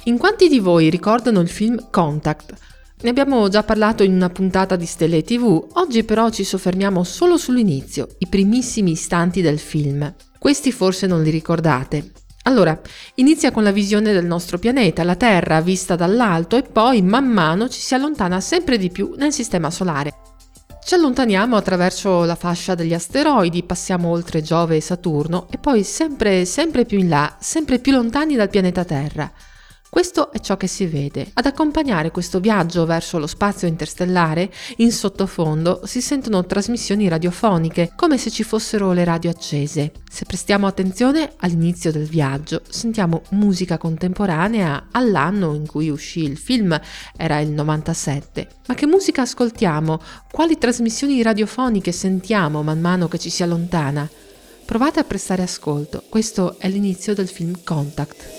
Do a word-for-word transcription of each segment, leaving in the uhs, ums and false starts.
In quanti di voi ricordano il film Contact? Ne abbiamo già parlato in una puntata di Stelle tivù, oggi però ci soffermiamo solo sull'inizio, i primissimi istanti del film. Questi forse non li ricordate. Allora, inizia con la visione del nostro pianeta, la Terra, vista dall'alto e poi man mano ci si allontana sempre di più nel sistema solare. Ci allontaniamo attraverso la fascia degli asteroidi, passiamo oltre Giove e Saturno e poi sempre, sempre più in là, sempre più lontani dal pianeta Terra. Questo è ciò che si vede. Ad accompagnare questo viaggio verso lo spazio interstellare, in sottofondo si sentono trasmissioni radiofoniche, come se ci fossero le radio accese. Se prestiamo attenzione, all'inizio del viaggio sentiamo musica contemporanea all'anno in cui uscì il film, era il novantasette. Ma che musica ascoltiamo? Quali trasmissioni radiofoniche sentiamo man mano che ci si allontana? Provate a prestare ascolto. Questo è l'inizio del film Contact.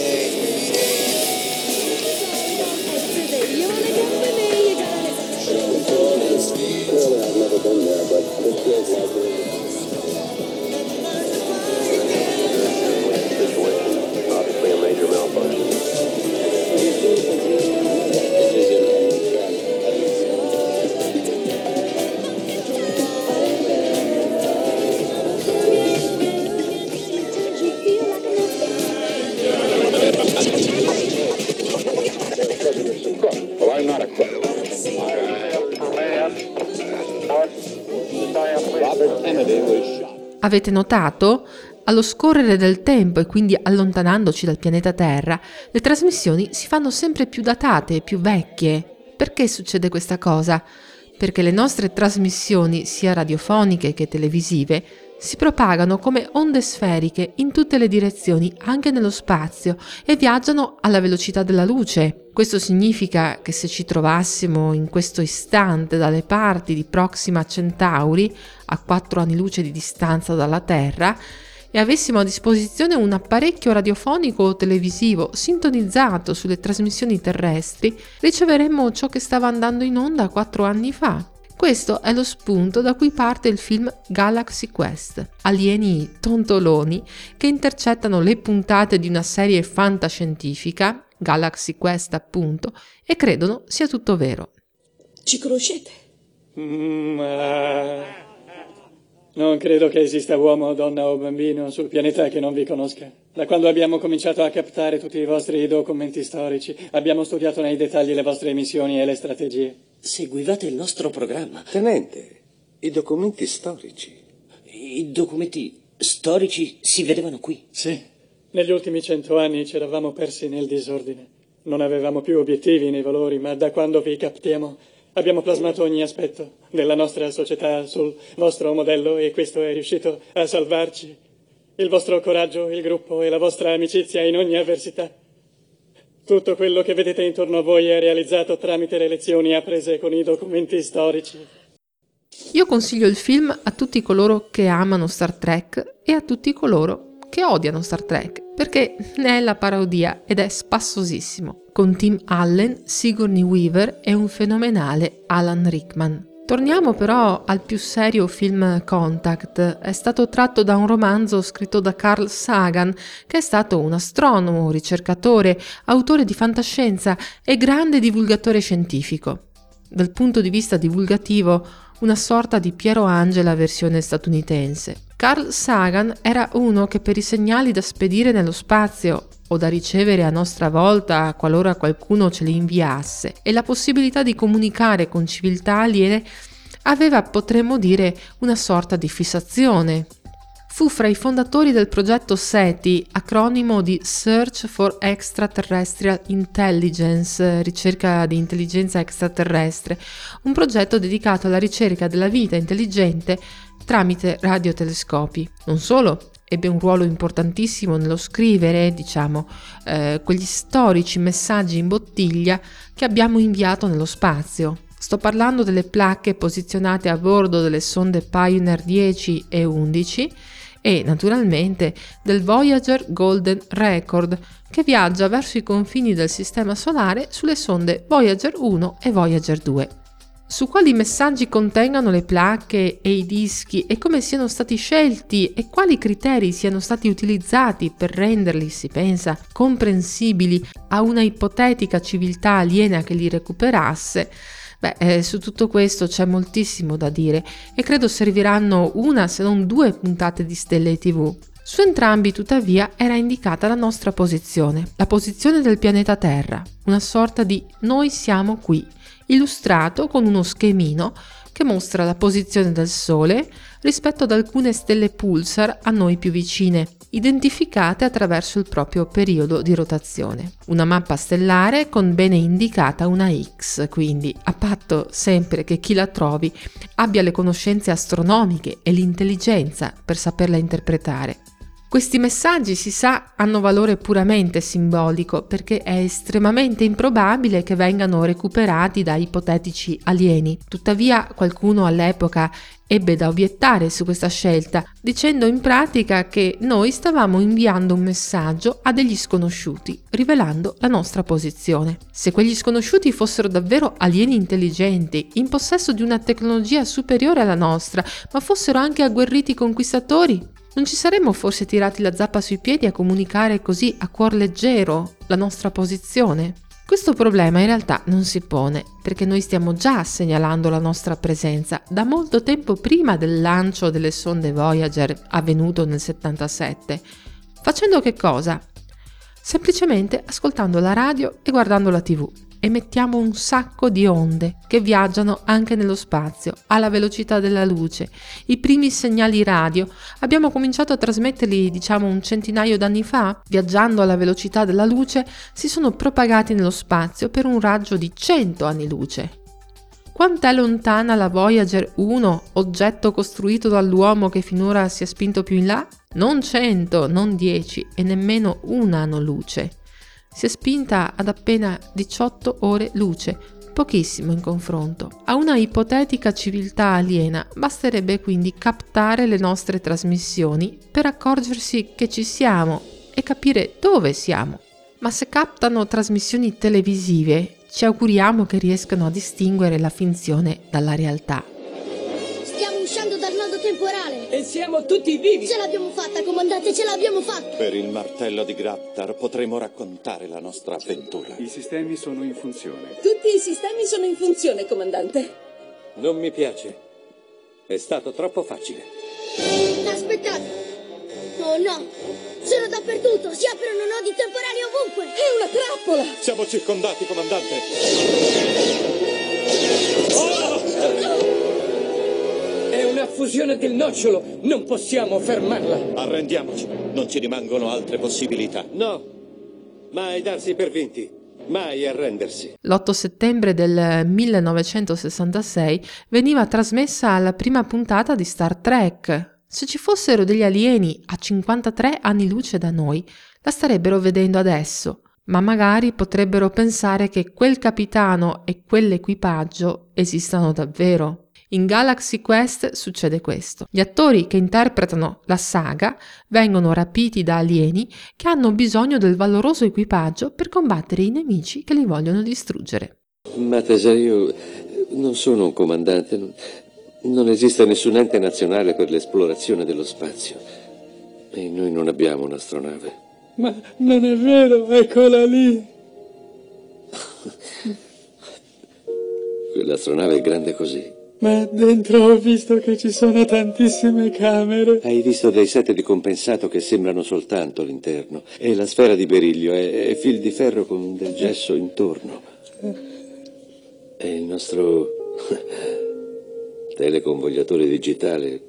Avete notato? Allo scorrere del tempo e quindi allontanandoci dal pianeta Terra, le trasmissioni si fanno sempre più datate e più vecchie. Perché succede questa cosa? Perché le nostre trasmissioni, sia radiofoniche che televisive, si propagano come onde sferiche in tutte le direzioni, anche nello spazio, e viaggiano alla velocità della luce. Questo significa che se ci trovassimo in questo istante dalle parti di Proxima Centauri, a quattro anni luce di distanza dalla Terra, e avessimo a disposizione un apparecchio radiofonico o televisivo sintonizzato sulle trasmissioni terrestri, riceveremmo ciò che stava andando in onda quattro anni fa. Questo è lo spunto da cui parte il film Galaxy Quest, alieni tontoloni che intercettano le puntate di una serie fantascientifica, Galaxy Quest appunto, e credono sia tutto vero. Ci conoscete? Mm, uh, non credo che esista uomo, donna o bambino sul pianeta che non vi conosca. Da quando abbiamo cominciato a captare tutti i vostri documenti storici, abbiamo studiato nei dettagli le vostre missioni e le strategie. Seguivate il nostro programma. Tenente, i documenti storici. I documenti storici si vedevano qui? Sì. Negli ultimi cento anni ci eravamo persi nel disordine. Non avevamo più obiettivi nei valori, ma da quando vi captiamo abbiamo plasmato ogni aspetto della nostra società sul vostro modello e questo è riuscito a salvarci. Il vostro coraggio, il gruppo e la vostra amicizia in ogni avversità. Tutto quello che vedete intorno a voi è realizzato tramite le lezioni apprese con i documenti storici. Io consiglio il film a tutti coloro che amano Star Trek e a tutti coloro che odiano Star Trek, perché ne è la parodia ed è spassosissimo, con Tim Allen, Sigourney Weaver e un fenomenale Alan Rickman. Torniamo però al più serio film Contact. È stato tratto da un romanzo scritto da Carl Sagan, che è stato un astronomo, ricercatore, autore di fantascienza e grande divulgatore scientifico. Dal punto di vista divulgativo, una sorta di Piero Angela versione statunitense. Carl Sagan era uno che per i segnali da spedire nello spazio o da ricevere a nostra volta qualora qualcuno ce li inviasse e la possibilità di comunicare con civiltà aliene aveva, potremmo dire, una sorta di fissazione. Fu fra i fondatori del progetto SETI, acronimo di Search for Extraterrestrial Intelligence, ricerca di intelligenza extraterrestre, un progetto dedicato alla ricerca della vita intelligente tramite radiotelescopi. Non solo, ebbe un ruolo importantissimo nello scrivere, diciamo, eh, quegli storici messaggi in bottiglia che abbiamo inviato nello spazio. Sto parlando delle placche posizionate a bordo delle sonde Pioneer dieci e undici e, naturalmente, del Voyager Golden Record, che viaggia verso i confini del Sistema Solare sulle sonde Voyager uno e Voyager due. su quali messaggi contengano le placche e i dischi e come siano stati scelti e quali criteri siano stati utilizzati per renderli, si pensa, comprensibili a una ipotetica civiltà aliena che li recuperasse, beh, eh, su tutto questo c'è moltissimo da dire e credo serviranno una se non due puntate di Stelle tivù. Su entrambi, tuttavia, era indicata la nostra posizione, la posizione del pianeta Terra, una sorta di "noi siamo qui", illustrato con uno schemino che mostra la posizione del Sole rispetto ad alcune stelle pulsar a noi più vicine, identificate attraverso il proprio periodo di rotazione. Una mappa stellare con bene indicata una X, quindi, a patto sempre che chi la trovi abbia le conoscenze astronomiche e l'intelligenza per saperla interpretare. Questi messaggi, si sa, hanno valore puramente simbolico perché è estremamente improbabile che vengano recuperati da ipotetici alieni. Tuttavia, qualcuno all'epoca ebbe da obiettare su questa scelta, dicendo in pratica che noi stavamo inviando un messaggio a degli sconosciuti, rivelando la nostra posizione. Se quegli sconosciuti fossero davvero alieni intelligenti, in possesso di una tecnologia superiore alla nostra, ma fossero anche agguerriti conquistatori, non ci saremmo forse tirati la zappa sui piedi a comunicare così a cuor leggero la nostra posizione? Questo problema in realtà non si pone, perché noi stiamo già segnalando la nostra presenza da molto tempo prima del lancio delle sonde Voyager avvenuto nel settantasette. Facendo che cosa? Semplicemente ascoltando la radio e guardando la tivù. Emettiamo un sacco di onde che viaggiano anche nello spazio, alla velocità della luce. I primi segnali radio abbiamo cominciato a trasmetterli, diciamo, un centinaio d'anni fa. Viaggiando alla velocità della luce, si sono propagati nello spazio per un raggio di cento anni luce. Quant'è lontana la Voyager uno, oggetto costruito dall'uomo che finora si è spinto più in là? Non cento, non dieci e nemmeno un anno luce. Si è spinta ad appena diciotto ore luce, pochissimo in confronto. A una ipotetica civiltà aliena basterebbe quindi captare le nostre trasmissioni per accorgersi che ci siamo e capire dove siamo. Ma se captano trasmissioni televisive, ci auguriamo che riescano a distinguere la finzione dalla realtà. Stiamo uscendo dal nodo temporale! E siamo tutti vivi! Ce l'abbiamo fatta, comandante, ce l'abbiamo fatta! Per il martello di Graptar potremo raccontare la nostra avventura. I sistemi sono in funzione. Tutti i sistemi sono in funzione, comandante. Non mi piace. È stato troppo facile. Aspettate! Oh no! Sono dappertutto! Si aprono nodi temporali ovunque! È una trappola! Siamo circondati, comandante! È una fusione del nocciolo! Non possiamo fermarla! Arrendiamoci, non ci rimangono altre possibilità. No, mai darsi per vinti, mai arrendersi. L'otto settembre del millenovecentosessantasei veniva trasmessa la prima puntata di Star Trek. Se ci fossero degli alieni a cinquantatré anni luce da noi, la starebbero vedendo adesso, ma magari potrebbero pensare che quel capitano e quell'equipaggio esistano davvero. In Galaxy Quest succede questo. Gli attori che interpretano la saga vengono rapiti da alieni che hanno bisogno del valoroso equipaggio per combattere i nemici che li vogliono distruggere. Ma tesoro, io non sono un comandante, non, non esiste nessun ente nazionale per l'esplorazione dello spazio e noi non abbiamo un'astronave. Ma non è vero, eccola lì. Quell'astronave è grande così. Ma dentro ho visto che ci sono tantissime camere. Hai visto dei set di compensato che sembrano soltanto l'interno e la sfera di beriglio è, è fil di ferro con del gesso intorno. E il nostro teleconvogliatore digitale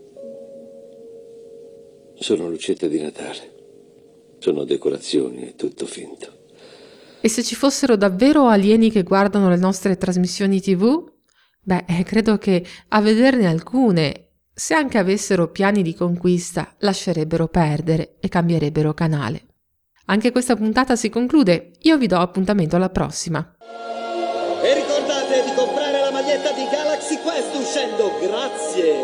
sono lucette di Natale. Sono decorazioni, è tutto finto. E se ci fossero davvero alieni che guardano le nostre trasmissioni tivù? Beh, credo che a vederne alcune, se anche avessero piani di conquista, lascerebbero perdere e cambierebbero canale. Anche questa puntata si conclude, io vi do appuntamento alla prossima. E ricordate di comprare la maglietta di Galaxy Quest uscendo, grazie!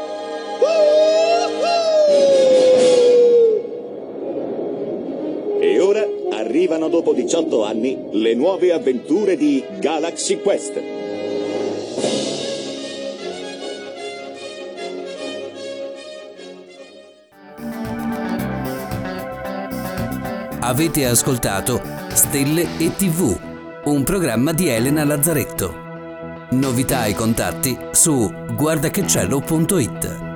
E ora arrivano dopo diciotto anni le nuove avventure di Galaxy Quest. Avete ascoltato Stelle e tivù, un programma di Elena Lazzaretto. Novità e contatti su guardachecielo punto it.